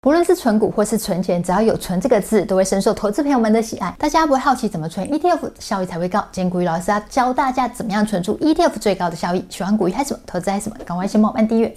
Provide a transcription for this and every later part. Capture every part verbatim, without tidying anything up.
不论是存股或是存钱，只要有存这个字，都会深受投资朋友们的喜爱。大家不会好奇怎么存 E T F 效益才会高？今天股鱼老师要教大家怎么样存出 E T F 最高的效益。喜欢股鱼还是什么，投资还是什么，赶快先帮我按订阅。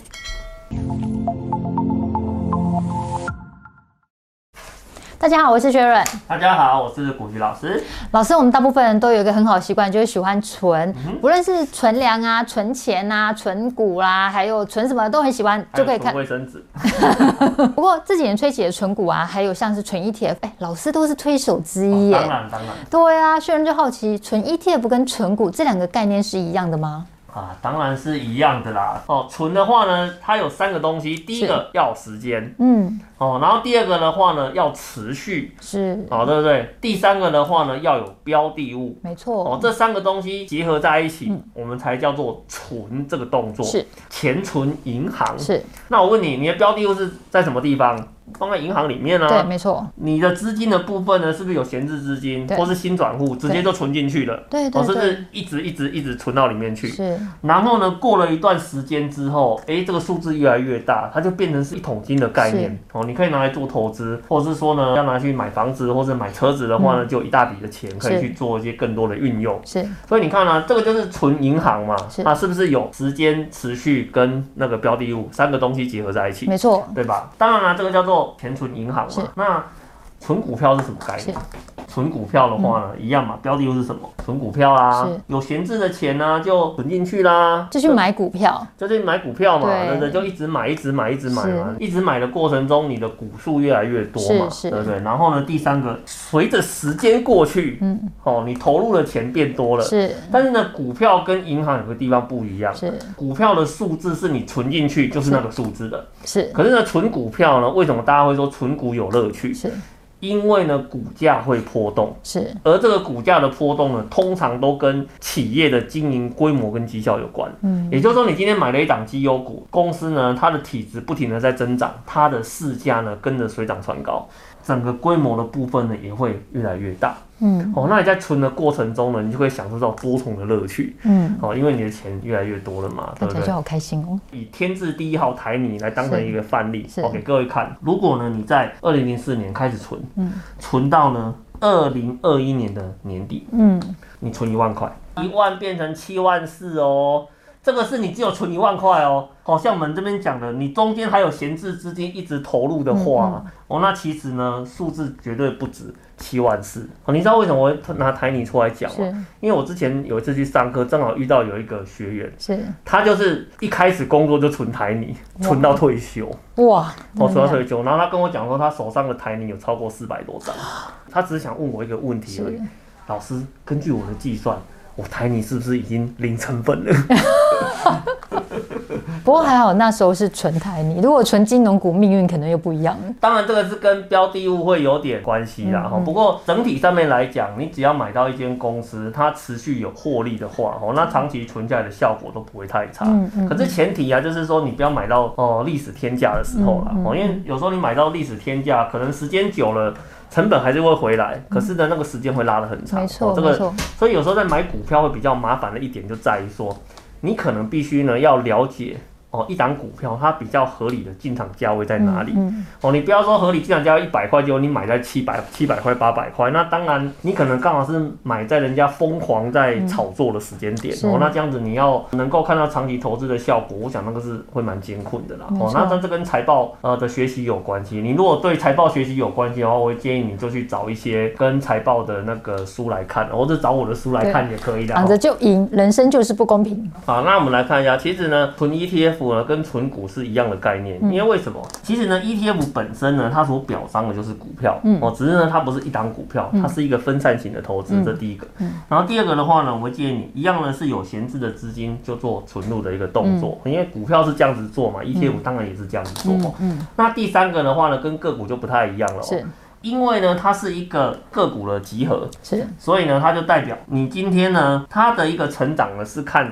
大家好，我是薛润。 大家好，我是股鱼老师。 老师，我们大部分人都有一个很好的习惯，就是喜欢存，嗯、不论是存粮啊、存钱啊、存股啦、啊，还有存什么都很喜欢，就可以看卫生纸。 不过这几年吹起的存股啊，还有像是存 E T F， 哎，老师都是推手之一耶。 哦、当然当然。 对啊，薛润就好奇，存 E T F 跟存股这两个概念是一样的吗？ 啊，当然是一样的啦。哦，存的话呢，它有三个东西，第一个要时间，嗯，哦，然后第二个的话呢，要持续， 是， 哦，对不对？第三个的话呢，要有标的物， 没错。 哦，这三个东西结合在一起，嗯、我们才叫做存这个动作。是，钱存银行。是。那我问你，你的标的物是在什么地方？放在银行里面啊， 对，没错。 你的资金的部分呢，是不是有闲置资金，或是新转户，直接就存进去了？ 对对对， 甚至一直一直一直存到里面去。 是。 然后呢，过了一段时间之后，哎，这个数字越来越大，它就变成是一桶金的概念哦。你可以拿来做投资，或者是说呢，要拿去买房子或者买车子的话呢，嗯、就有一大笔的钱可以去做一些更多的运用。是。所以你看呢、啊，这个就是存银行嘛，是它是不是有时间、持续跟那个标的物三个东西结合在一起？ 没错， 对吧？当然了，这个叫做钱存银行嘛。那存股票是什么概念？存股票的话呢，嗯、一样嘛，标的物是什么？存股票啦，有闲置的钱呢、啊，就存进去啦， 就去买股票， 就去买股票嘛，对不对？就一直买，一直买，一直买嘛，一直买的过程中，你的股数越来越多嘛，对不对？然后呢，第三个，随着时间过去，嗯，哦，你投入的钱变多了，是，但是呢，股票跟银行有个地方不一样，是，股票的数字是你存进去就是那个数字的，是，可是呢，存股票呢，为什么大家会说存股有乐趣？是。因为呢，股价会波动，是，而这个股价的波动呢，通常都跟企业的经营规模跟绩效有关。嗯，也就是说，你今天买了一档绩优股，公司呢，它的体质不停的在增长，它的市价呢跟着水涨船高，整个规模的部分呢也会越来越大。嗯，哦，那你在存的过程中呢，你就会享受到多重的乐趣。嗯，哦，因为你的钱越来越多了嘛，对不对？大家就好开心哦。 以天字第一号台泥来当成一个范例，哦，给各位看。如果呢你在二零零四年开始存，嗯，存到呢二零二一年的年底，嗯，你存一万块，一万变成七万四哦。这个是你只有存一万块哦，好像我们这边讲的，你中间还有闲置资金一直投入的话，嗯嗯哦，那其实呢数字绝对不止七万四。哦，你知道为什么我会拿台泥出来讲吗？因为我之前有一次去上课，正好遇到有一个学员，是，他就是一开始工作就存台泥，存到退休，哇，哦，存到退休，然后他跟我讲说，他手上的台泥有超过四百多张，他只是想问我一个问题而已，老师，根据我的计算，我台泥是不是已经零成本了？ 不过还好那时候是纯台泥，如果纯金融股，命运可能又不一样了。 当然这个是跟标的物会有点关系啦、嗯嗯、不过整体上面来讲，你只要买到一间公司，它持续有获利的话，那长期存下来的效果都不会太差。嗯嗯、可是前提啊，就是说你不要买到哦历史天价的时候啦、嗯嗯、因为有时候你买到历史天价，可能时间久了成本还是会回来，可是呢那个时间会拉得很长。没错、哦，这个所以有时候在买股票会比较麻烦的一点就在于说，你可能必须呢要了解。哦，一档股票它比较合理的进场价位在哪里？嗯嗯、哦，你不要说合理进场价位一百块，结果你买在七百、七百块、八百块，那当然你可能刚好是买在人家疯狂在炒作的时间点、嗯、哦，那这样子你要能够看到长期投资的效果，我想那个是会蛮艰困的啦。哦，那这跟财报呃的学习有关系。你如果对财报学习有关系的话，我会建议你就去找一些跟财报的那个书来看，或者找我的书来看也可以的。 躺着就赢，人生就是不公平。 好，那我们来看一下，其实呢，存 E T F。跟存股是一样的概念，因为为什么？其实呢 ，E T F 本身呢，它所表彰的就是股票，嗯、哦，只是呢，它不是一档股票，它是一个分散型的投资，嗯、这第一个。嗯、然后第二个的话呢，我会建议你一样呢是有闲置的资金就做存入的一个动作，嗯、因为股票是这样子做嘛 ，E T F 当然也是这样子做嘛。嗯嗯、那第三个的话呢，跟个股就不太一样了、哦。是。因为呢，它是一个个股的集合，是，所以呢，它就代表你今天呢，它的一个成长呢是看。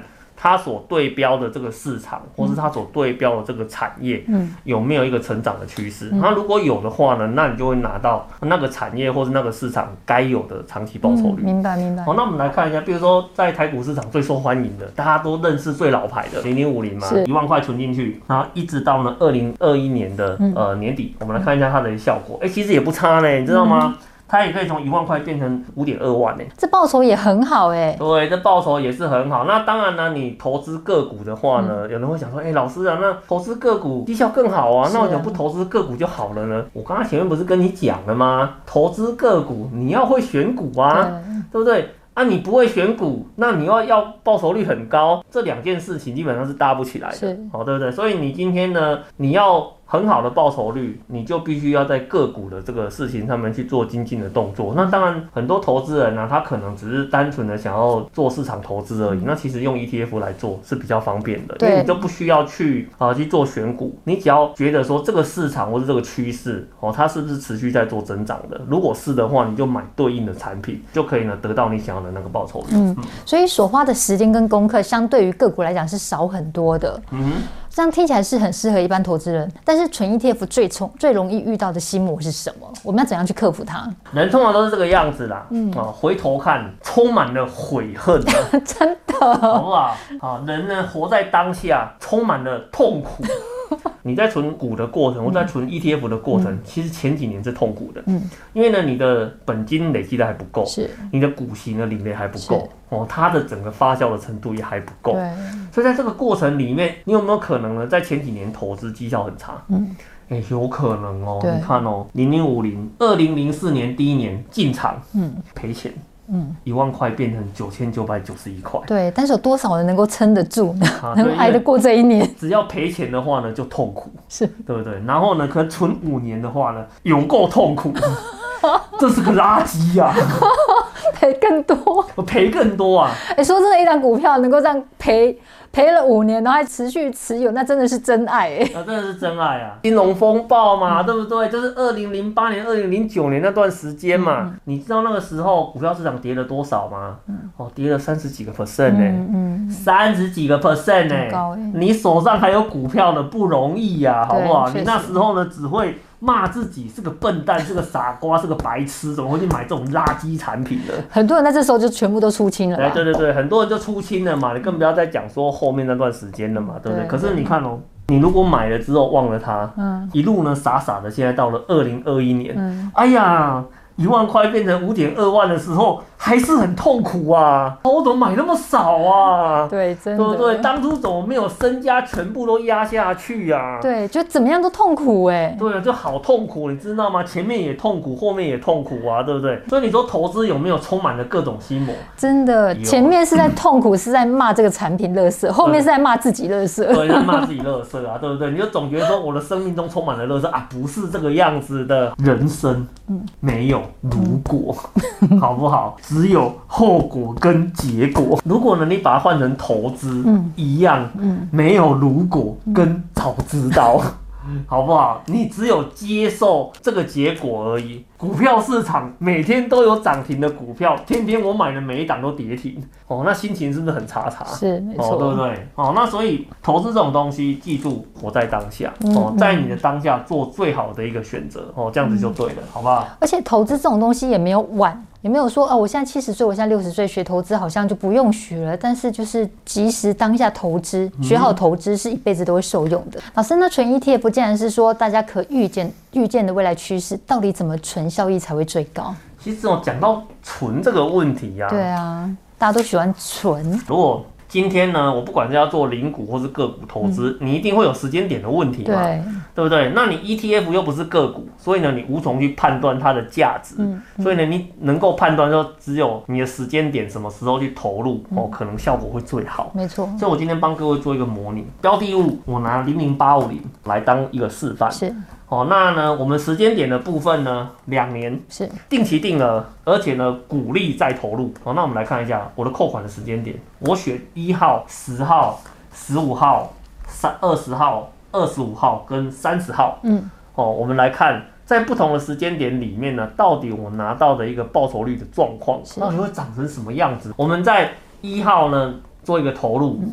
它所对标的这个市场，或是它所对标的这个产业，嗯，有没有一个成长的趋势？那、嗯、如果有的话呢，那你就会拿到那个产业或是那个市场该有的长期报酬率。 嗯、明白明白。 好，那我们来看一下，比如说在台股市场最受欢迎的，大家都认识最老牌的零零五零嘛，一万块存进去，然后一直到呢二零二一年的、嗯、呃年底，我们来看一下它的效果。哎、欸，其实也不差呢，你知道吗？嗯，它也可以从一万块变成五点二万呢， 这报酬也很好哎。 对，这报酬也是很好。那当然呢，你投资个股的话呢，嗯、有人会想说，哎、欸，老师啊，那投资个股绩效更好啊，那我想不投资个股就好了呢？我刚刚前面不是跟你讲了吗？投资个股你要会选股啊， 对, 对不对？啊，你不会选股，那你要要报酬率很高，这两件事情基本上是搭不起来的，好，对不对？所以你今天呢，你要很好的报酬率，你就必须要在个股的这个事情上面去做精进的动作。那当然，很多投资人呢、啊，他可能只是单纯的想要做市场投资而已。嗯、那其实用 E T F 来做是比较方便的，因为你就不需要去啊、呃、去做选股，你只要觉得说这个市场或是这个趋势哦，它是不是持续在做增长的？如果是的话，你就买对应的产品，就可以呢得到你想要的那个报酬率。 嗯，嗯所以所花的时间跟功课，相对于个股来讲是少很多的。嗯。这样听起来是很适合一般投资人，但是纯 E T F 最最容易遇到的心魔是什么？我们要怎样去克服它？ 人通常都是这个样子啦，嗯啊，回头看充满了悔恨的， 真的， 好不好？啊，人呢活在当下，充满了痛苦。你在存股的过程，或在存 E T F 的过程，嗯、其实前几年是痛苦的，嗯，因为呢，你的本金累积的还不够，是，你的股息呢领的还不够，哦，它的整个发酵的程度也还不够，对，所以在这个过程里面，你有没有可能呢，在前几年投资绩效很差？嗯，哎、欸，有可能哦，你看哦，零零五零，二零零四年第一年进场，嗯，赔钱。嗯，一万块变成九千九百九十一块， 对，但是有多少人能够撑得住呢？啊、能挨得过这一年？ 只要赔钱的话呢，就痛苦， 是对不对？然后呢，可能存五年的话呢，有够痛苦，这是个垃圾呀、啊， 赔更多， 赔更多啊！ 哎、欸，说真的，一档股票能够这样赔。赔了五年，然后还持续持有，那真的是真爱哎、欸！ 那、啊、真的是真爱啊！金融风暴嘛，嗯、对不对？就是二零零八年、二零零九年那段时间嘛。嗯、你知道那个时候股票市场跌了多少吗？嗯、哦，跌了三十几个 percent 呢，三十几个 percent 呢、欸。你手上还有股票的不容易呀、啊，好不好？你那时候呢，只会骂自己是个笨蛋，是个傻瓜，是个白痴，怎么会去买这种垃圾产品呢？ 很多人在这时候就全部都出清了。 对对对对，很多人就出清了嘛，你更不要再讲说后面那段时间了嘛，对不对？对，可是你看哦，你如果买了之后忘了它，嗯，一路呢傻傻的，现在到了二零二一年，嗯，哎呀，一万块变成五点二万的时候，还是很痛苦啊！我怎么买那么少啊？ 对，真的， 对不对？当初怎么没有身家全部都压下去啊？ 对，就怎么样都痛苦哎、欸。 对啊，就好痛苦，你知道吗？前面也痛苦，后面也痛苦啊，对不对？所以你说投资有没有充满了各种心魔？ 真的，前面是在痛苦，是在骂这个产品垃圾，后面是在骂自己垃圾。 对，在骂自己垃圾啊，对不对？你就总觉得说我的生命中充满了垃圾啊，不是这个样子的。人生，嗯，没有如果，嗯、好不好？只有后果跟结果。如果呢，你把它换成投资，嗯，一样，嗯，没有如果跟早知道。好不好？你只有接受这个结果而已。股票市场每天都有涨停的股票，天天我买的每一档都跌停，哦，那心情是不是很差差？ 是，没错， 哦，对不对？哦，那所以投资这种东西，记住活在当下，嗯、哦，在你的当下做最好的一个选择，哦，这样子就对了，嗯、好不好？ 而且投资这种东西也没有晚。也没有说哦，我现在七十岁，我现在六十岁学投资好像就不用学了。但是就是及时当下投资，学好投资是一辈子都会受用的。嗯、老师，那存 E T F 既然是说大家可预见预见的未来趋势，到底怎么存效益才会最高？ 其实我讲到存这个问题呀、啊， 对啊，大家都喜欢存。 如果今天呢，我不管是要做零股或是个股投资，嗯、你一定会有时间点的问题嘛，对，对不对？那你 E T F 又不是个股，所以呢，你无从去判断它的价值，嗯嗯、所以呢，你能够判断说，只有你的时间点什么时候去投入，嗯、哦，可能效果会最好。 没错。 所以我今天帮各位做一个模拟，标的物我拿零零八五零来当一个示范。 是。 哦，那呢，我们时间点的部分呢，两年是定期定额，而且呢，股利再投入。好，那我们来看一下我的扣款的时间点，我选一号、十号、十五号、三二十号、二十五号跟三十号。嗯，哦，我们来看在不同的时间点里面呢，到底我拿到的一个报酬率的状况，到底会长成什么样子？我们在一号呢做一个投入。嗯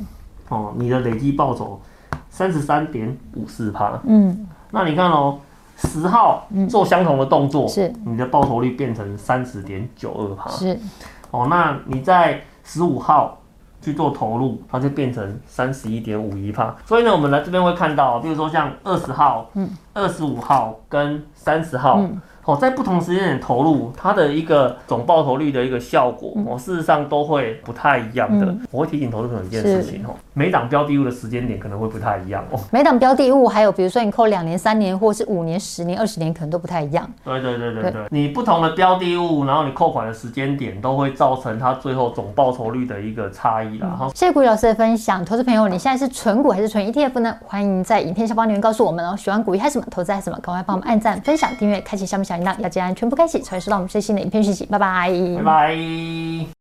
哦，你的累积报酬三十三点五四趴。 嗯， 那你看哦，十号做相同的动作， 是你的报酬率变成三十点九二趴。 是， 哦，那你在十五号去做投入，它就变成三十一点五一趴。所以呢，我们来这边会看到，比如说像二十号、嗯，二十五号跟三十号。嗯，哦，在不同时间点投入，它的一个总报酬率的一个效果，哦，事实上都会不太一样的。嗯、我会提醒投资朋友一件事情哦，每档标的物的时间点可能会不太一样哦。 每档标的物还有比如说你扣两年、三年，或是五年、十年、二十年，可能都不太一样。 对对对对 对, 对，你不同的标的物，然后你扣款的时间点，都会造成它最后总报酬率的一个差异啦。嗯、 谢谢股鱼老师的分享，投资朋友，你现在是纯股还是纯 E T F 呢？欢迎在影片下方留言告诉我们哦。喜欢股鱼还是什么，投资还是什么，赶快帮我们按赞、分享、订阅、开启小米小铃铛，要记得按全部开启，才会收到我们最新的影片讯息。拜拜， 拜拜。